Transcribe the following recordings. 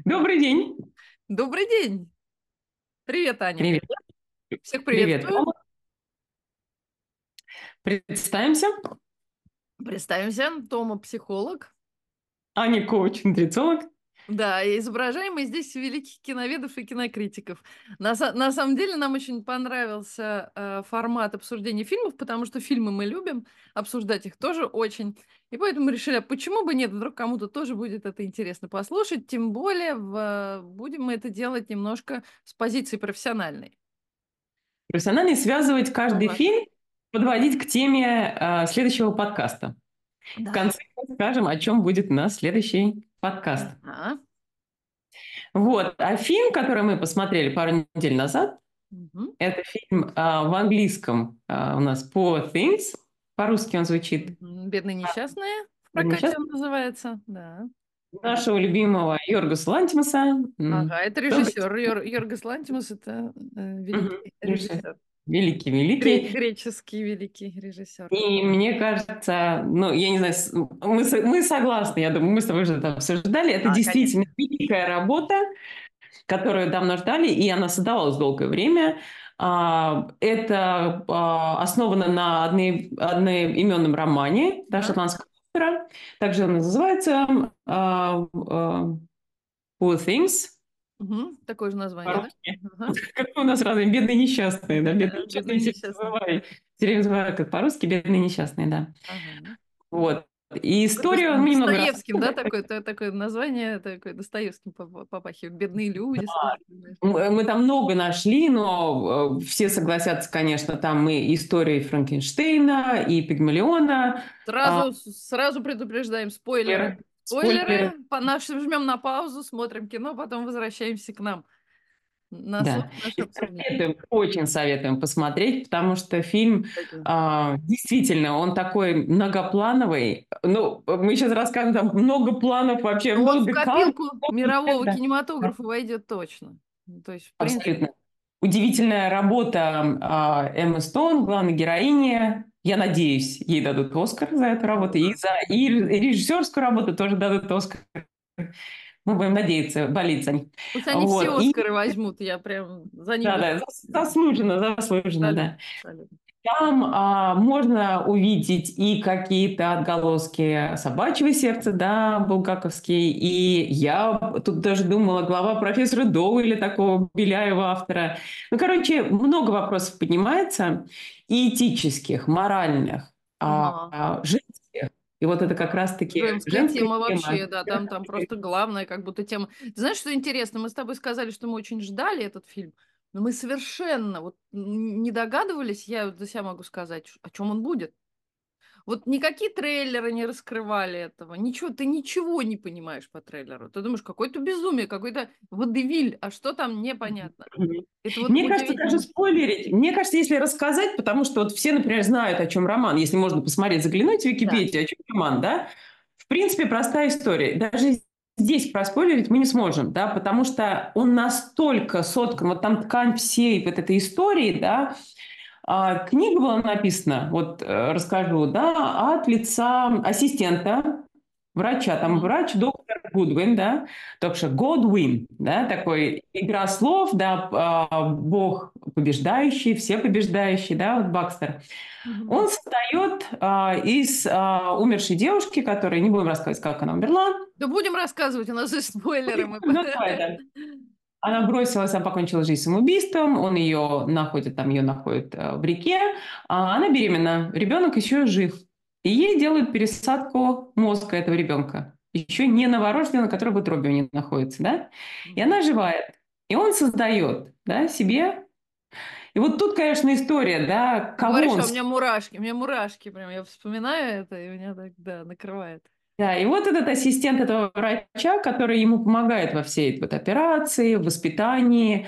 Добрый день. Добрый день. Привет, Аня. Привет. Всех Привет, приветствую. Рома. Представимся. Представимся. Тома психолог. Аня коуч, нутрициолог. Да, и изображаем мы здесь великих киноведов и кинокритиков. На самом деле нам очень понравился формат обсуждения фильмов, потому что фильмы мы любим, обсуждать их тоже очень. И поэтому решили, а почему бы нет, вдруг кому-то тоже будет это интересно послушать, тем более будем мы это делать немножко с позиции профессиональной. Профессионально связывать каждый Ага. фильм, подводить к теме следующего подкаста. В Да. конце скажем, о чем будет у нас следующий подкаст. Ага. Вот. А фильм, который мы посмотрели пару недель назад, Мгм. это фильм в английском у нас Poor Things. По-русски он звучит. Бедные несчастные в Сейчас прокате он называется, да. нашего любимого Йоргоса Лантимуса. Ага, это Кто режиссер. Йоргос Лантимос, это Мгм. великий режиссер. Великий, великий. Греческий великий режиссер. И мне кажется, ну, я не знаю, мы согласны, я думаю, мы с тобой уже это обсуждали. Это Да, действительно конечно. великая работа, которую давно ждали, и она создавалась долгое время. Это основано на одноименном романе, да, Ага. шотландского автора. Также он называется Poor Things Такое же название, да? по-русски. Ага. Как у нас разные бедные несчастные, да, бедные Да, несчастные, бедные все несчастные. забываю. Все время забываю, как по-русски бедные несчастные, да. Ага. Вот. И Такой историю мы немного Достоевским, да, рассказали. такое название, такое Достоевским попахивает. Бедные люди, сразу понимаешь. Мы там много нашли, но все согласятся, конечно, там мы истории Франкенштейна и Пигмалиона. а, Сразу предупреждаем, спойлеры. Спойлеры, Спойлеры, жмем на паузу, смотрим кино, потом возвращаемся к нам на да. наше И обсуждение. советуем, очень советуем посмотреть, потому что фильм Кстати. действительно, он такой многоплановый. Ну, мы сейчас расскажем, там много планов, вообще Но он в много кадров. копилку мирового Да. кинематографа войдет точно. Ну, то есть, в принципе, Абсолютно. Удивительная работа Эммы Стоун, главной героини. Я надеюсь, ей дадут Оскар за эту работу. И ага. за и режиссерскую работу тоже дадут Оскар. Мы будем надеяться, болеть за них. Пусть они все Вот. И Оскары возьмут, я прям за них да, буду. да, заслуженно, заслуженно, Абсолютно, да. абсолютно. Там можно увидеть и какие-то отголоски собачьего сердца, да, булгаковские. И я тут даже думала, глава профессора Доуэля, такого Беляева автора. Ну, короче, много вопросов поднимается, и этических, моральных, Ага. женских. И вот это как раз-таки Женская женская тема тема. вообще, да, там просто главная как будто тема. Ты знаешь, что интересно? Мы с тобой сказали, что мы очень ждали этот фильм, но мы совершенно вот не догадывались, я вот за себя могу сказать, о чем он будет. Вот никакие трейлеры не раскрывали этого. Ничего, ты ничего не понимаешь по трейлеру. Ты думаешь, какое-то безумие, какой-то водевиль, а что там непонятно. Мгм. Это вот Мне кажется, даже удивительно. спойлерить. Мне кажется, если рассказать, потому что вот все, например, знают, о чем роман, если можно посмотреть, заглянуть в Да. Википедию, о чем роман, да, в принципе, простая история. Даже здесь проспойлерить мы не сможем, да, потому что он настолько соткан, вот там ткань всей вот этой истории, да. Книга была написана, вот расскажу, да, от лица ассистента врача, там Мгм. врач, доктор Гудвин, да, так что Годвин, да, такой игра слов, да, бог побеждающий, все побеждающий, да, вот Бакстер. Мгм. Он создает из умершей девушки, которая, не будем рассказывать, как она умерла, Да будем рассказывать, у нас есть спойлеры. да. Она бросилась, она покончила жизнь самоубийством, он ее находит в реке, она беременна, ребенок еще жив. И ей делают пересадку мозга этого ребенка, еще не новорожденного, который в утробе у нее находится, да? И Мгм. она оживает. И он создает, да, себе. И вот тут, конечно, история, да, Ты кого говоришь, он. а у меня мурашки, прям я вспоминаю это, и меня так, да, накрывает. Да, и вот этот ассистент этого врача, который ему помогает во всей вот операции, в воспитании,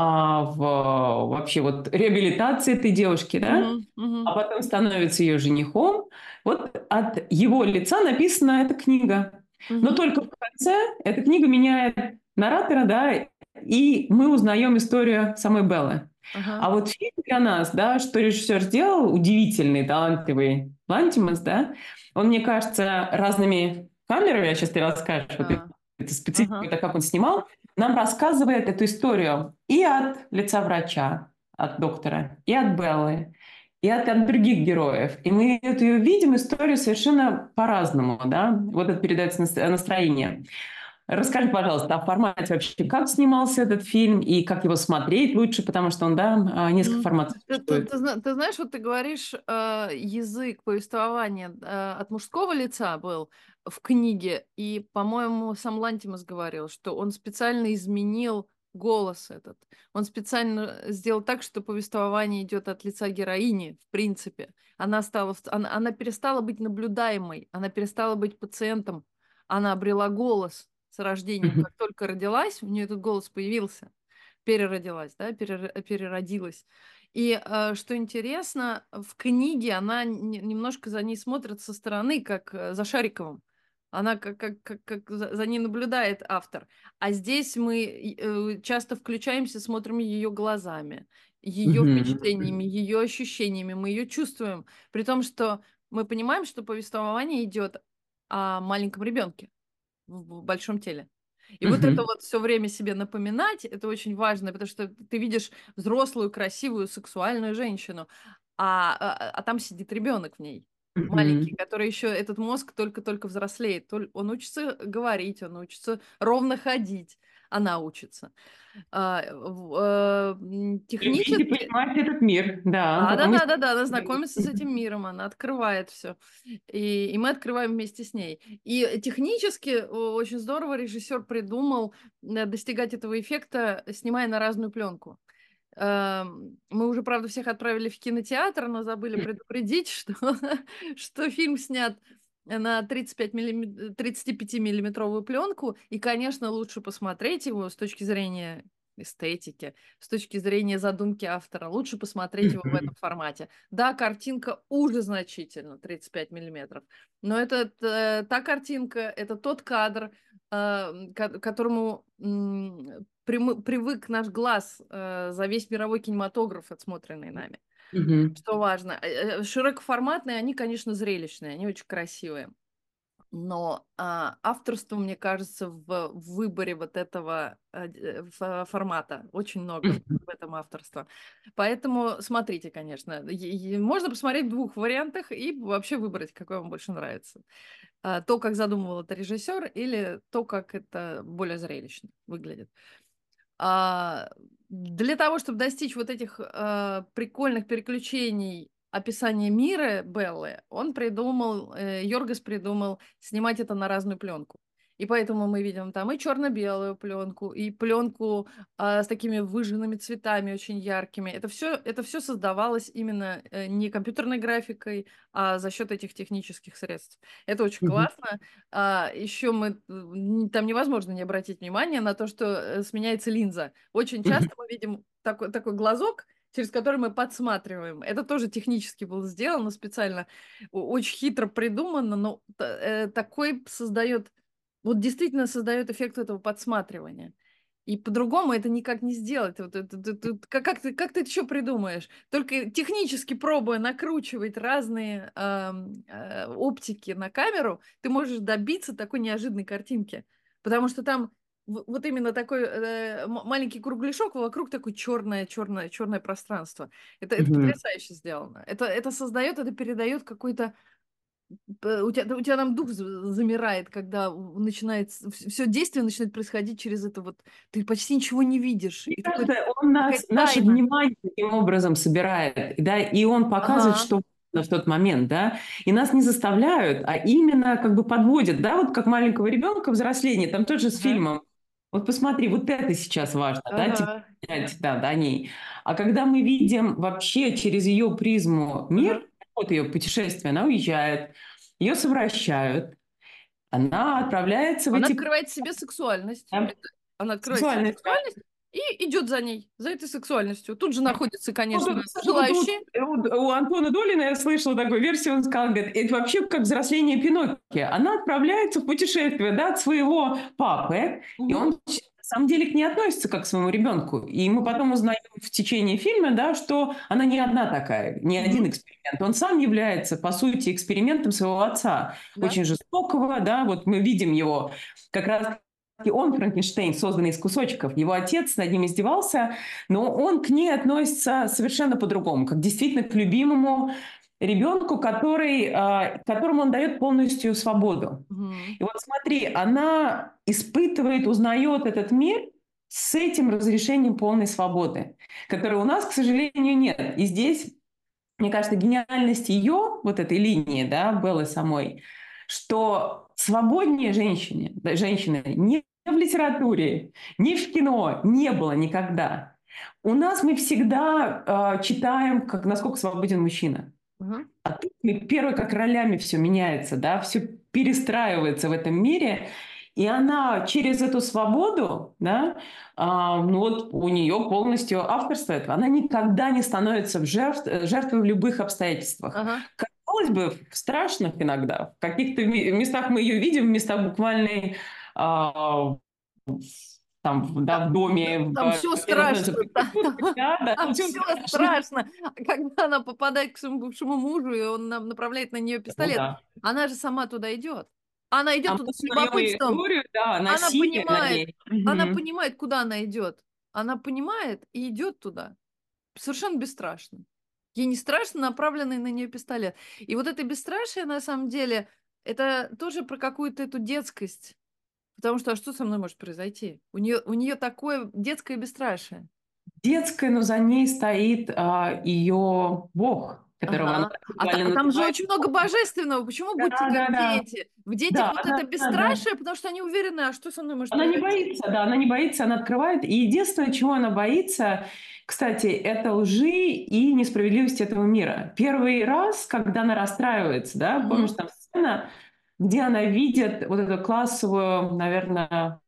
вообще вот реабилитации этой девушки, да, Мгм, мгм, а потом становится ее женихом. Вот от его лица написана эта книга. Но мгм. только в конце эта книга меняет наратора, да, и мы узнаем историю самой Беллы. Ага. А вот фильм для нас, да, что режиссер сделал, удивительный, талантливый Лантимос, да, он, мне кажется, разными камерами, я сейчас тебе расскажу, вот Да. это специфика, Ага. как он снимал, нам рассказывает эту историю и от лица врача, от доктора, и от Беллы, и от других героев. И мы эту видим историю совершенно по-разному, да, вот это передается настроение. Расскажи, пожалуйста, о формате вообще, как снимался этот фильм и как его смотреть лучше, потому что он, да, несколько форматов существует. Ты знаешь, вот ты говоришь, язык повествования от мужского лица был в книге, и, по-моему, сам Лантимос говорил, что он специально изменил голос этот. Он специально сделал так, что повествование идет от лица героини, в принципе. Она перестала быть наблюдаемой, она перестала быть пациентом, она обрела голос с рождением. Мгм. Как только родилась, у нее этот голос появился, переродилась, да, переродилась. И что интересно, в книге она немножко за ней смотрит со стороны, как за Шариковым. Она как за ней наблюдает автор. А здесь мы часто включаемся, смотрим ее глазами, ее Мгм. впечатлениями, ее ощущениями, мы ее чувствуем. При том, что мы понимаем, что повествование идет о маленьком ребенке в большом теле. И вот это Мгм. вот все время себе напоминать, это очень важно, потому что ты видишь взрослую, красивую, сексуальную женщину, а там сидит ребенок в ней, маленький, Мгм. который еще этот мозг только-только взрослеет. Он учится говорить, он учится ровно ходить, она учится. Любить и Технически понимать этот мир, да, потому что... да-да-да-да-да, она знакомится с этим миром, она открывает все, и мы открываем вместе с ней. И технически очень здорово режиссер придумал достигать этого эффекта, снимая на разную пленку. Мы уже, правда, всех отправили в кинотеатр, но забыли предупредить, что, что фильм снят на 35-миллиметровую пленку, и, конечно, лучше посмотреть его с точки зрения эстетики, с точки зрения задумки автора. Лучше посмотреть его в этом Мгм. формате. Да, картинка уже значительно, 35 миллиметров, но это та картинка, это тот кадр, к которому привык наш глаз за весь мировой кинематограф, отсмотренный нами. Мгм. Что важно. Широкоформатные, они, конечно, зрелищные, они очень красивые. Но авторства, мне кажется, в выборе вот этого формата очень много Мгм. в этом авторства. Поэтому смотрите, конечно. Можно посмотреть в двух вариантах и вообще выбрать, какой вам больше нравится. То, как задумывал это режиссер, или то, как это более зрелищно выглядит. А, для того, чтобы достичь вот этих прикольных переключений описания мира Беллы, он придумал, Йоргас придумал снимать это на разную пленку. И поэтому мы видим там и черно-белую пленку, и пленку с такими выжженными цветами очень яркими. Это все создавалось именно не компьютерной графикой, а за счет этих технических средств. Это очень Мгм. классно. Еще там невозможно не обратить внимание на то, что сменяется линза. Очень Мгм. часто мы видим такой глазок, через который мы подсматриваем. Это тоже технически было сделано специально, очень хитро придумано, но такой создает, вот действительно создает эффект этого подсматривания. И по-другому это никак не сделать. Как ты это еще придумаешь? Только технически пробуя накручивать разные оптики на камеру, ты можешь добиться такой неожиданной картинки. Потому что там вот именно такой маленький кругляшок, а вокруг такое черное пространство. Это Мгм. потрясающе сделано. Это создает, это передает какой-то у тебя там дух замирает, когда начинает все действие начинает происходить через это вот, ты почти ничего не видишь, Мне и кажется, он такая наше тайна. внимание таким образом собирает, да, и он показывает, Ага, что важно в тот момент, да, и нас не заставляют, а именно как бы подводят, да, вот как маленького ребенка взросление, там тоже с ага, фильмом. Вот посмотри, вот это сейчас важно, да, тебе ага, понять, да, да, о ней. А когда мы видим вообще через ее призму ага. мир, вот ее путешествие, она уезжает, ее совращают, она отправляется в Она эти открывает в себе сексуальность. да, Она открывает в себе сексуальные страсти. сексуальность и идет за ней, за этой сексуальностью. Тут же находятся, Вот конечно, тут желающие. у Антона Долина я слышала такую версию, он сказал, говорит, это вообще как взросление Пиноккио. Она отправляется в путешествие, да, от своего папы, и Мгм, он на самом деле к ней относится как к своему ребенку. И мы мгм, потом узнаем в течение фильма, да, что она не одна такая, не один мгм. эксперимент. Он сам является, по сути, экспериментом своего отца, Да. очень жестокого, да, вот мы видим его как раз он Франкенштейн, созданный из кусочков. Его отец над ним издевался, но он к ней относится совершенно по-другому, как действительно к любимому ребенку, которому он дает полностью свободу. Мгм. И вот смотри, она испытывает, узнает этот мир с этим разрешением полной свободы, которой у нас, к сожалению, нет. И здесь, мне кажется, гениальность ее, вот этой линии, да, Беллы самой, что свободнее женщины ни в литературе, ни в кино не было никогда. У нас мы всегда читаем, как, насколько свободен мужчина. Мгм. А тут первое, как ролями все меняется, да, все перестраивается в этом мире, и она через эту свободу, да, ну вот у нее полностью авторство этого, она никогда не становится жертвой в любых обстоятельствах. Ага. Казалось бы, в страшных иногда, в каких-то местах мы ее видим, в местах буквальной а, там, да, в доме, Там все где она становится страшно, проституткой, да, да, там там все все страшно. страшно. А когда она попадает к своему бывшему мужу, и он направляет на нее Ну пистолет, да. она же сама туда идет. Она А идет мы туда с узнаем ее любопытством. историю, да, Она насилие над понимает, ней. она Мгм. понимает, куда она идет. Она понимает и идет туда. Совершенно бесстрашно. Ей не страшно направленный на нее пистолет. И вот это бесстрашие, на самом деле, это тоже про какую-то эту детскость. Потому что, а что со мной может произойти? У нее такое детское бесстрашие. Детская, но за ней стоит ее Бог, которого она Ага. так А буквально там же называет. очень много божественного. Почему Да, будьте да, как да. дети? В детях Да, вот да, это да, да. бесстрашие, потому что они уверены, а что со мной может Она не произойти? боится, да, она не боится, она открывает. И единственное, чего она боится, кстати, это лжи и несправедливости этого мира. Первый раз, когда она расстраивается, да, помнишь, Мгм. там сцена, где она видит вот эту классовую, наверное,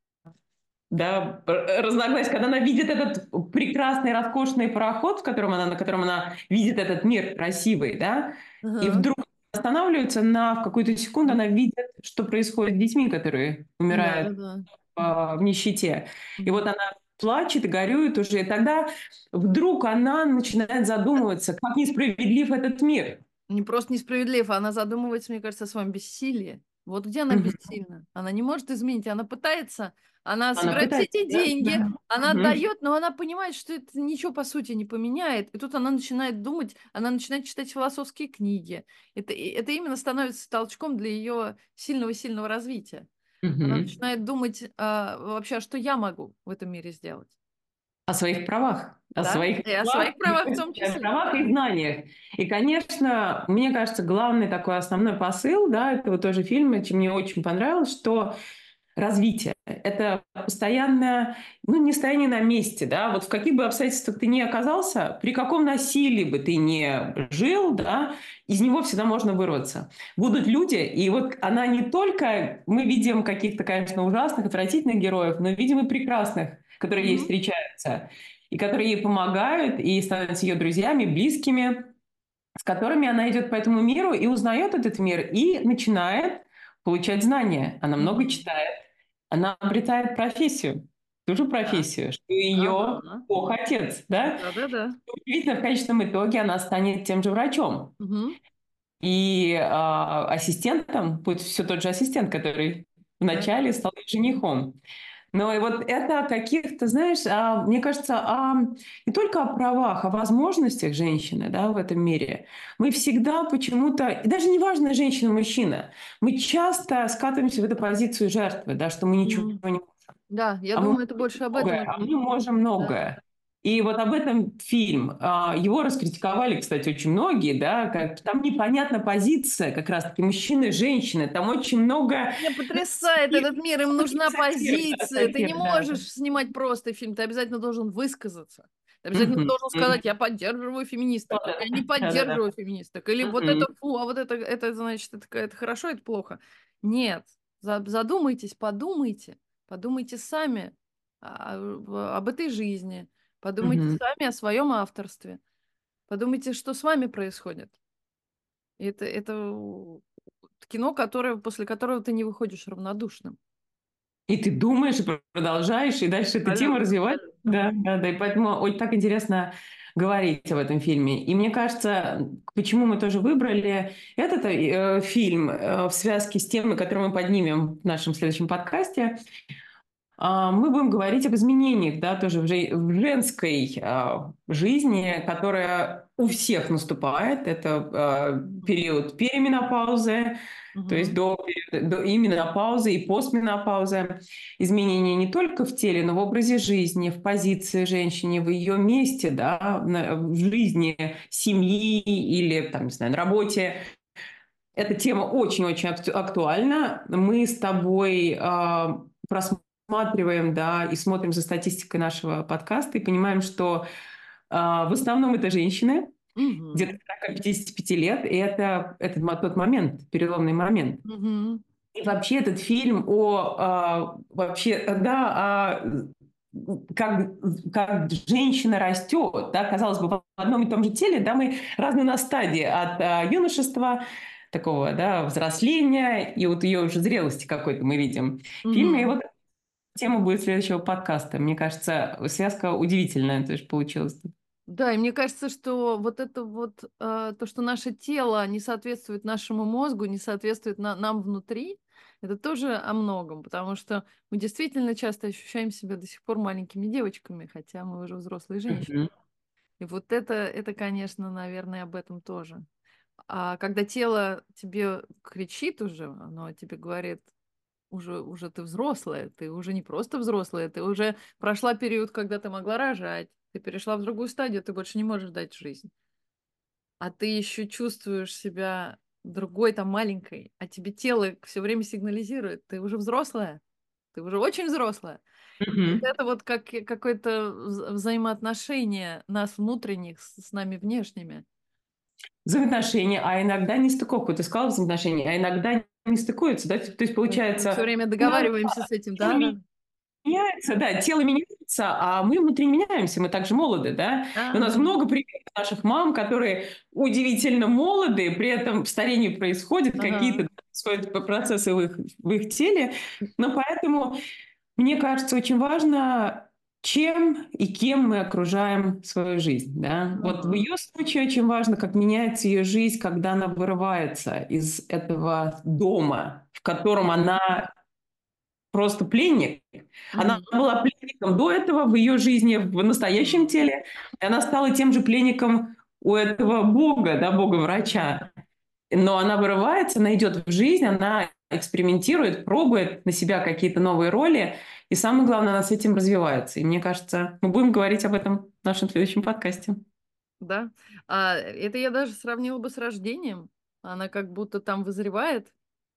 да, разногласия, когда она видит этот прекрасный, роскошный пароход, на котором она видит этот мир красивый, да, и Ага. вдруг останавливается в какую-то секунду, она видит, что происходит с детьми, которые умирают Да-да-да. в нищете. И вот Мгм. она плачет и горюет уже, и тогда вдруг она начинает задумываться, как несправедлив этот мир. Не просто несправедлив, а она задумывается, мне кажется, о своем бессилии. Вот где она Мгм. бессильна. Она не может изменить, она пытается, она Она собирает все пытается, эти да? деньги, Да. она Мгм. отдает, но она понимает, что это ничего по сути не поменяет. И тут она начинает думать, она начинает читать философские книги. Это именно становится толчком для ее сильного-сильного развития. Она Мгм. начинает думать вообще, а что я могу в этом мире сделать. О своих правах, о Да? своих И о правах, своих правах в том о числе, правах да. и знаниях. И, конечно, мне кажется, главный такой основной посыл, да, этого тоже фильма, чем мне очень понравилось, что развитие — это постоянное, ну, не стояние на месте, да, вот в каких бы обстоятельствах ты ни оказался, при каком насилии бы ты ни жил, да, из него всегда можно вырваться. Будут люди, и вот она не только, мы видим каких-то, конечно, ужасных, отвратительных героев, но видим и прекрасных, которые ей Мгм. встречаются, и которые ей помогают, и становятся ее друзьями, близкими, с которыми она идет по этому миру и узнает этот мир, и начинает получать знания. Она много Мгм. читает, она обретает профессию, ту же Да. профессию, что и ее Ага. Бог-отец, да? Да-да-да. Удивительно, в конечном итоге она станет тем же врачом. Мгм. И ассистентом будет все тот же ассистент, который Да. вначале стал ее женихом. Но и вот это о каких-то, знаешь, мне кажется, не только о правах, о возможностях женщины, да, в этом мире. Мы всегда почему-то, и даже неважно, женщина, мужчина, мы часто скатываемся в эту позицию жертвы, да, что мы ничего Мгм. не можем. Да, я А мы думаю, это можем больше об этом многое, идет. Да. И вот об этом фильм. Его раскритиковали, кстати, очень многие, да, там непонятна позиция как раз-таки мужчины и женщины, там очень много Меня потрясает этот мир, им нужна сатир, да, позиция. Ты не сатир, да. можешь снимать просто фильм, ты обязательно должен высказаться. Ты обязательно Мгм, должен сказать, мгм. я поддерживаю феминисток, Да-да, я не да-да-да. поддерживаю феминисток, или вот Мгм, это фу, а вот это значит, это хорошо, это плохо. Нет, задумайтесь, подумайте, подумайте сами об этой жизни, подумайте мгм. сами о своем авторстве, подумайте, что с вами происходит. Это кино, после которого ты не выходишь равнодушным. И ты думаешь, и продолжаешь, и дальше эта тема Абсолютно, развивается. абсолютно. Да, да, да. И поэтому очень так интересно говорить об этом фильме. И мне кажется, почему мы тоже выбрали этот фильм в связке с темой, которую мы поднимем в нашем следующем подкасте, Мы будем говорить об изменениях, да, тоже в женской жизни, которая у всех наступает. Это период переменопаузы, то есть Мгм. до и менопаузы, и постменопаузы. Изменения не только в теле, но в образе жизни, в позиции женщины, в ее месте, да, в жизни семьи или, там, не знаю, на работе. Эта тема очень-очень актуальна. Мы с тобой просматриваем, да, и смотрим за статистикой нашего подкаста и понимаем, что в основном это женщины, где-то Мгм. 55 лет, и это тот момент, переломный момент. Мгм. И вообще этот фильм вообще, да, как, как женщина растет, да, казалось бы, в одном и том же теле, да, мы разные на стадии от юношества, такого, да, взросления, и вот ее уже зрелости какой-то мы видим в фильме. И Мгм. вот тема будет следующего подкаста. Мне кажется, связка удивительная тоже получилась. Да, и мне кажется, что вот это вот то, что наше тело не соответствует нашему мозгу, не соответствует нам внутри, это тоже о многом, потому что мы действительно часто ощущаем себя до сих пор маленькими девочками, хотя мы уже взрослые женщины. Мгм. И вот это, конечно, наверное, об этом тоже. А когда тело тебе кричит уже, оно тебе говорит, уже ты взрослая, ты уже не просто взрослая, ты уже прошла период, когда ты могла рожать, ты перешла в другую стадию, ты больше не можешь дать жизнь. А ты еще чувствуешь себя другой, там, маленькой, а тебе тело все время сигнализирует, ты уже взрослая, ты уже очень взрослая. Вот Мгм. это вот как какое-то взаимоотношение нас внутренних с нами внешними. Взаимоотношения, а иногда не стыковку. Ты сказала взаимоотношения, а иногда не стыкуются, да? То есть Мы все получается, время у нас договариваемся с этим, тело да, да. меняется, да, тело меняется, а мы внутри не меняемся, мы также молоды, да? И у нас Ага, много примеров наших мам, которые удивительно молоды, при этом старение происходит, ага. какие-то происходят процессы в их теле. Но поэтому, мне кажется, очень важно, чем и кем мы окружаем свою жизнь, да? Вот в Ага. ее случае очень важно, как меняется ее жизнь, когда она вырывается из этого дома, в котором она просто пленник. Она Мгм. была пленником до этого в ее жизни, в настоящем Мгм. теле, и она стала тем же пленником у этого бога, да, Мгм. бога-врача. Но она вырывается, она идет в жизнь, она экспериментирует, пробует на себя какие-то новые роли, и самое главное, она с этим развивается. И мне кажется, мы будем говорить об этом в нашем следующем подкасте. Да. Это я даже сравнила бы с рождением. Она как будто там вызревает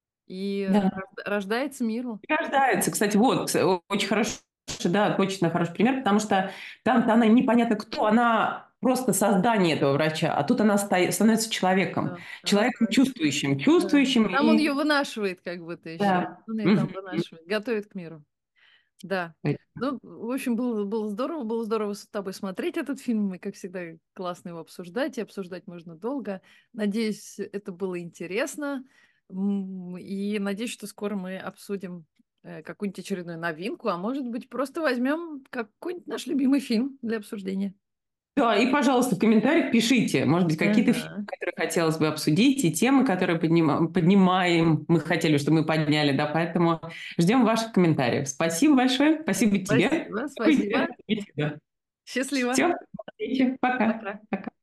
и Да. рождается миру. Рождается. Кстати, вот, очень хороший, да, точно хороший пример, потому что там-то она непонятно кто, она просто создание этого врача, а тут она становится человеком, Да, да, человеком чувствующим, да. чувствующим Там он и... ее вынашивает как будто еще. Да. Он ее там Мгм. вынашивает, готовит к миру. Да. Ну, в общем, было здорово с тобой смотреть этот фильм, и, как всегда, классно его обсуждать, и обсуждать можно долго. Надеюсь, это было интересно, и надеюсь, что скоро мы обсудим какую-нибудь очередную новинку, а может быть, просто возьмем какой-нибудь наш любимый фильм для обсуждения. Да, и, пожалуйста, в комментариях пишите, может быть, какие-то фильмы, Ага. которые хотелось бы обсудить, и темы, которые поднимаем, мы хотели, чтобы мы подняли, да, поэтому ждем ваших комментариев. Спасибо большое, спасибо тебе. Спасибо, спасибо. Все, Счастливо. до встречи, пока. Пока. Пока.